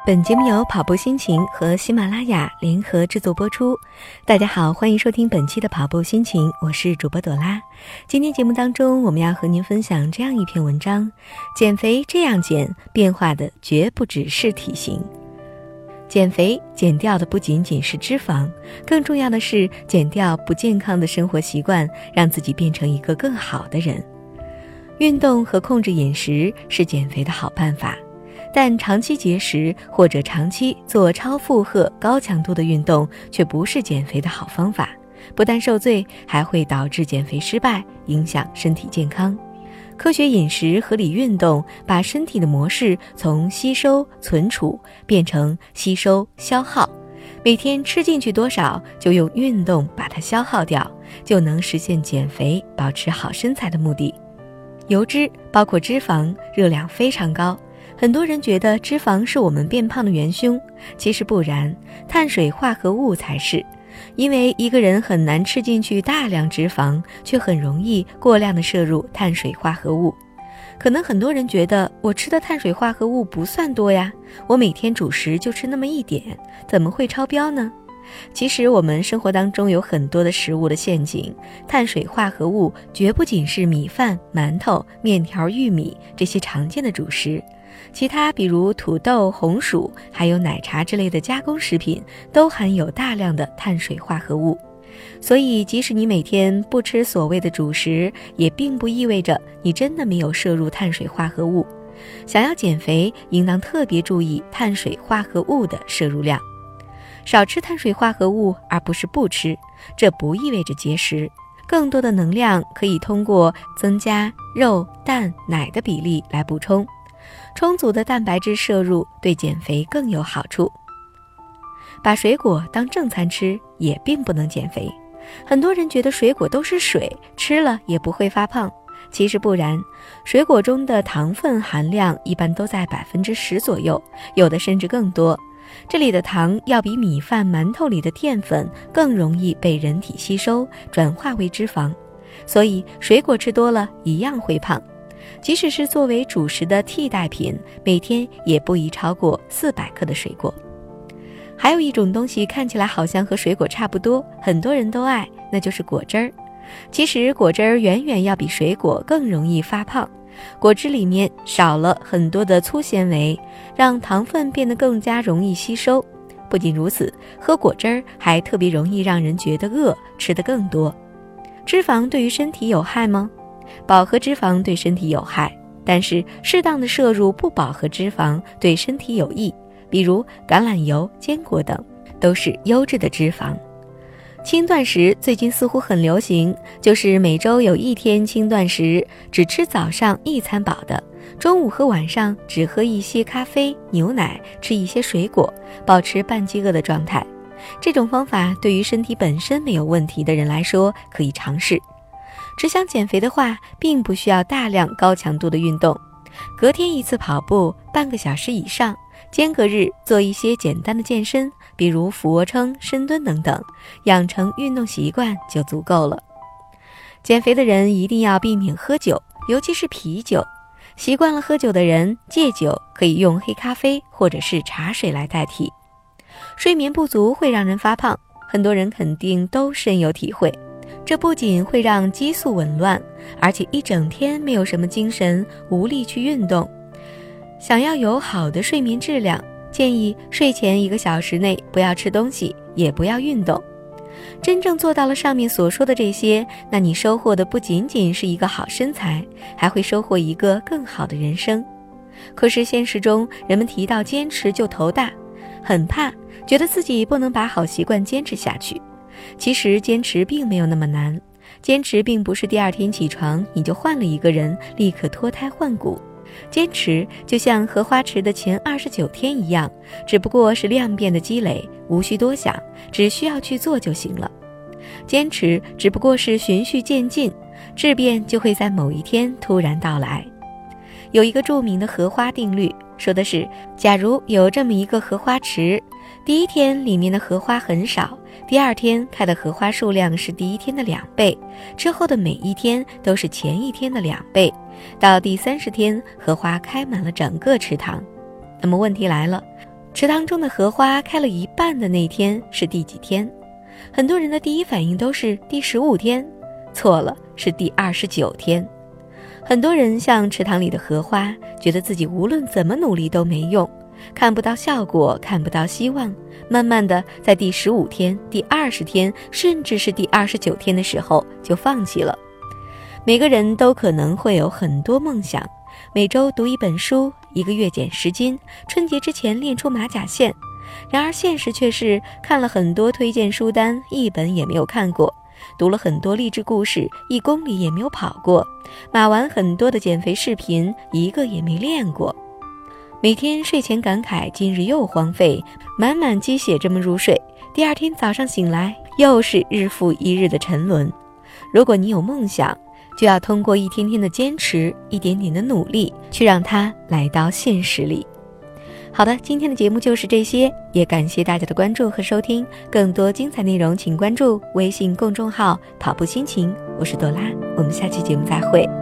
本节目由跑步心情和喜马拉雅联合制作播出。大家好，欢迎收听本期的跑步心情，我是主播朵拉。今天节目当中，我们要和您分享这样一篇文章：减肥这样减，变化的绝不只是体型。减肥减掉的不仅仅是脂肪，更重要的是减掉不健康的生活习惯，让自己变成一个更好的人。运动和控制饮食是减肥的好办法，但长期节食或者长期做超负荷高强度的运动却不是减肥的好方法，不但受罪，还会导致减肥失败，影响身体健康。科学饮食、合理运动，把身体的模式从吸收存储变成吸收消耗，每天吃进去多少就用运动把它消耗掉，就能实现减肥保持好身材的目的。油脂包括脂肪，热量非常高，很多人觉得脂肪是我们变胖的元凶，其实不然，碳水化合物才是。因为一个人很难吃进去大量脂肪，却很容易过量的摄入碳水化合物。可能很多人觉得我吃的碳水化合物不算多呀，我每天主食就吃那么一点，怎么会超标呢？其实我们生活当中有很多的食物的陷阱，碳水化合物绝不仅是米饭、馒头、面条、玉米这些常见的主食，其他比如土豆、红薯还有奶茶之类的加工食品都含有大量的碳水化合物。所以即使你每天不吃所谓的主食，也并不意味着你真的没有摄入碳水化合物。想要减肥，应当特别注意碳水化合物的摄入量。少吃碳水化合物而不是不吃，这不意味着节食，更多的能量可以通过增加肉、蛋、奶的比例来补充。充足的蛋白质摄入对减肥更有好处。把水果当正餐吃也并不能减肥，很多人觉得水果都是水，吃了也不会发胖，其实不然，水果中的糖分含量一般都在10%左右，有的甚至更多。这里的糖要比米饭、馒头里的淀粉更容易被人体吸收，转化为脂肪，所以水果吃多了一样会胖。即使是作为主食的替代品，每天也不宜超过400克的水果。还有一种东西看起来好像和水果差不多，很多人都爱，那就是果汁儿。其实果汁儿远远要比水果更容易发胖，果汁里面少了很多的粗纤维，让糖分变得更加容易吸收。不仅如此，喝果汁儿还特别容易让人觉得饿，吃得更多。脂肪对于身体有害吗？饱和脂肪对身体有害，但是适当的摄入不饱和脂肪对身体有益，比如橄榄油、坚果等，都是优质的脂肪。轻断食最近似乎很流行，就是每周有1天轻断食，只吃早上1餐饱的，中午和晚上只喝一些咖啡、牛奶，吃一些水果，保持半饥饿的状态。这种方法对于身体本身没有问题的人来说可以尝试。只想减肥的话，并不需要大量高强度的运动，隔天1次跑步半个小时以上，间隔日做一些简单的健身，比如俯卧撑、深蹲等等，养成运动习惯就足够了。减肥的人一定要避免喝酒，尤其是啤酒。习惯了喝酒的人，戒酒可以用黑咖啡或者是茶水来代替。睡眠不足会让人发胖，很多人肯定都深有体会。这不仅会让激素紊乱，而且一整天没有什么精神，无力去运动。想要有好的睡眠质量，建议睡前1个小时内不要吃东西，也不要运动。真正做到了上面所说的这些，那你收获的不仅仅是一个好身材，还会收获一个更好的人生。可是现实中，人们提到坚持就头大，很怕，觉得自己不能把好习惯坚持下去。其实坚持并没有那么难，坚持并不是第2天起床你就换了一个人，立刻脱胎换骨。坚持就像荷花池的前29天一样，只不过是量变的积累，无需多想，只需要去做就行了。坚持只不过是循序渐进，质变就会在某一天突然到来。有一个著名的荷花定律，说的是，假如有这么一个荷花池，第1天里面的荷花很少，第2天开的荷花数量是第1天的2倍，之后的每一天都是前1天的2倍，到第30天荷花开满了整个池塘。那么问题来了， 池塘中的荷花开了一半的那天是第几天？很多人的第一反应都是第15天，错了，是第29天。很多人像池塘里的荷花，觉得自己无论怎么努力都没用，看不到效果，看不到希望，慢慢的在第15天、第20天，甚至是第29天的时候就放弃了。每个人都可能会有很多梦想，每周读一本书，1个月减10斤，春节之前练出马甲线。然而现实却是看了很多推荐书单，一本也没有看过，读了很多励志故事，1公里也没有跑过，码完很多的减肥视频，1个也没练过。每天睡前感慨今日又荒废，满满鸡血这么入睡，第2天早上醒来又是日复一日的沉沦。如果你有梦想，就要通过一天天的坚持，一点点的努力，去让它来到现实里。好的，今天的节目就是这些，也感谢大家的关注和收听。更多精彩内容请关注微信公众号跑步心情，我是朵拉，我们下期节目再会。